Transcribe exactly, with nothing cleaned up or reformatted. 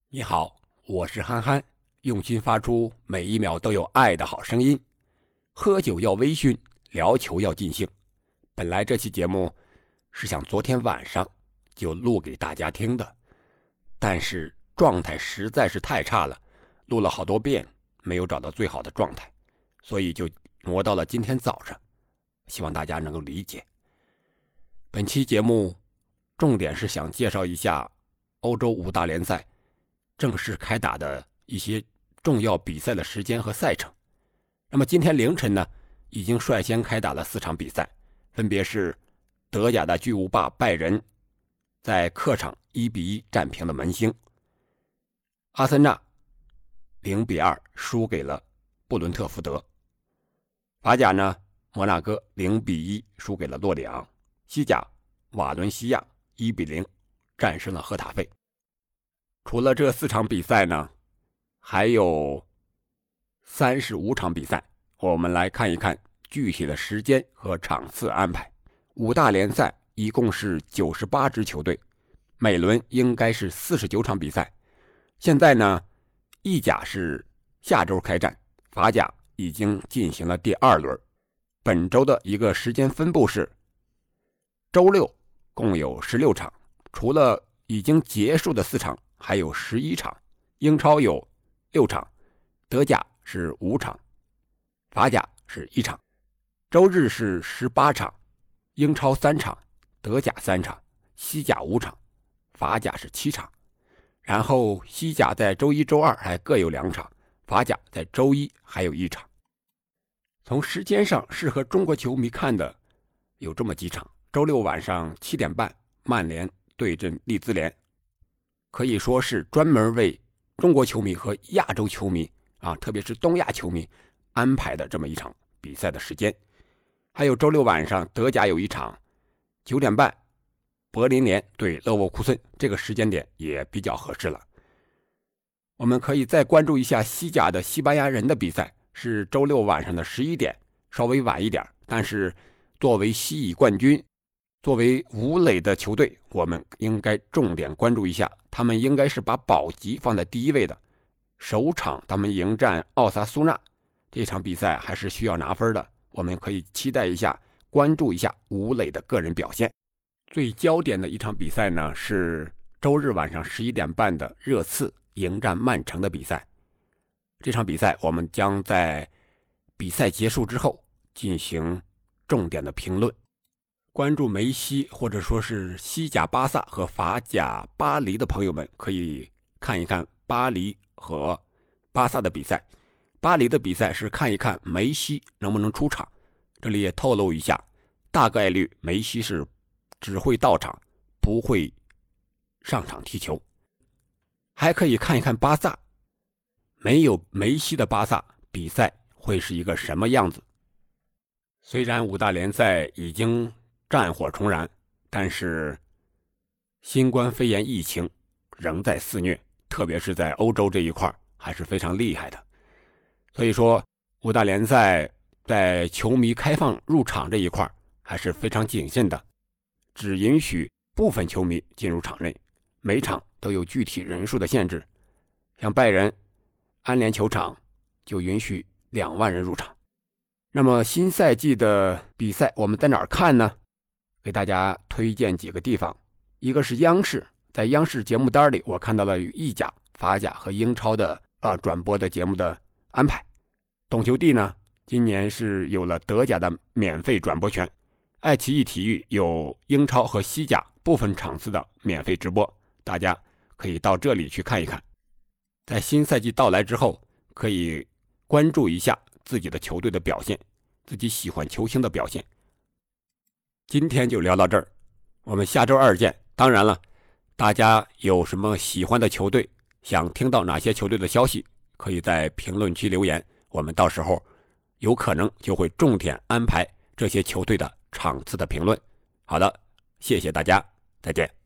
你好，我是憨憨，用心发出每一秒都有爱的好声音。喝酒要微醺，聊球要尽兴。本来这期节目是想昨天晚上就录给大家听的，但是状态实在是太差了，录了好多遍，没有找到最好的状态，所以就挪到了今天早上，希望大家能够理解。本期节目重点是想介绍一下欧洲五大联赛正式开打的一些重要比赛的时间和赛程。那么今天凌晨呢，已经率先开打了四场比赛，分别是德甲的巨无霸拜仁在客场一比一战平了门兴，阿森纳零比二输给了布伦特福德，法甲呢，摩纳哥零比一输给了洛里昂，西甲瓦伦西亚一比零战胜了赫塔费。除了这四场比赛呢，还有三十五场比赛，我们来看一看具体的时间和场次安排。五大联赛一共是九十八支球队，每轮应该是四十九场比赛。现在呢，意甲是下周开战，法甲已经进行了第二轮。本周的一个时间分布是，周六共有十六场，除了已经结束的四场，还有十一场，英超有六场，德甲是五场，法甲是一场。周日是十八场，英超三场，德甲三场，西甲五场，法甲是七场。然后西甲在周一周二还各有两场，法甲在周一还有一场。从时间上适合中国球迷看的有这么几场。周六晚上七点半，曼联对阵利兹联，可以说是专门为中国球迷和亚洲球迷啊，特别是东亚球迷安排的这么一场比赛的时间。还有周六晚上德甲有一场，九点半柏林联对勒沃库森，这个时间点也比较合适了。我们可以再关注一下西甲的西班牙人的比赛，是周六晚上的十一点，稍微晚一点，但是作为西乙冠军，作为吴磊的球队，我们应该重点关注一下，他们应该是把保级放在第一位的。首场他们迎战奥萨苏纳，这场比赛还是需要拿分的，我们可以期待一下，关注一下吴磊的个人表现。最焦点的一场比赛呢，是周日晚上十一点半的热刺迎战曼城的比赛。这场比赛我们将在比赛结束之后进行重点的评论。关注梅西或者说是西甲巴萨和法甲巴黎的朋友们，可以看一看巴黎和巴萨的比赛。巴黎的比赛是看一看梅西能不能出场，这里也透露一下，大概率梅西是只会到场，不会上场踢球。还可以看一看巴萨，没有梅西的巴萨比赛会是一个什么样子。虽然五大联赛已经战火重燃，但是新冠肺炎疫情仍在肆虐，特别是在欧洲这一块还是非常厉害的。所以说五大联赛在球迷开放入场这一块还是非常谨慎的，只允许部分球迷进入场内，每场都有具体人数的限制。像拜仁安联球场就允许两万人入场。那么新赛季的比赛我们在哪儿看呢？给大家推荐几个地方。一个是央视，在央视节目单里我看到了意甲、法甲和英超的呃转播的节目的安排。懂球帝呢，今年是有了德甲的免费转播权，爱奇艺体育有英超和西甲部分场次的免费直播，大家可以到这里去看一看。在新赛季到来之后，可以关注一下自己的球队的表现，自己喜欢球星的表现。今天就聊到这儿，我们下周二见。当然了，大家有什么喜欢的球队，想听到哪些球队的消息，可以在评论区留言，我们到时候有可能就会重点安排这些球队的场次的评论。好的，谢谢大家，再见。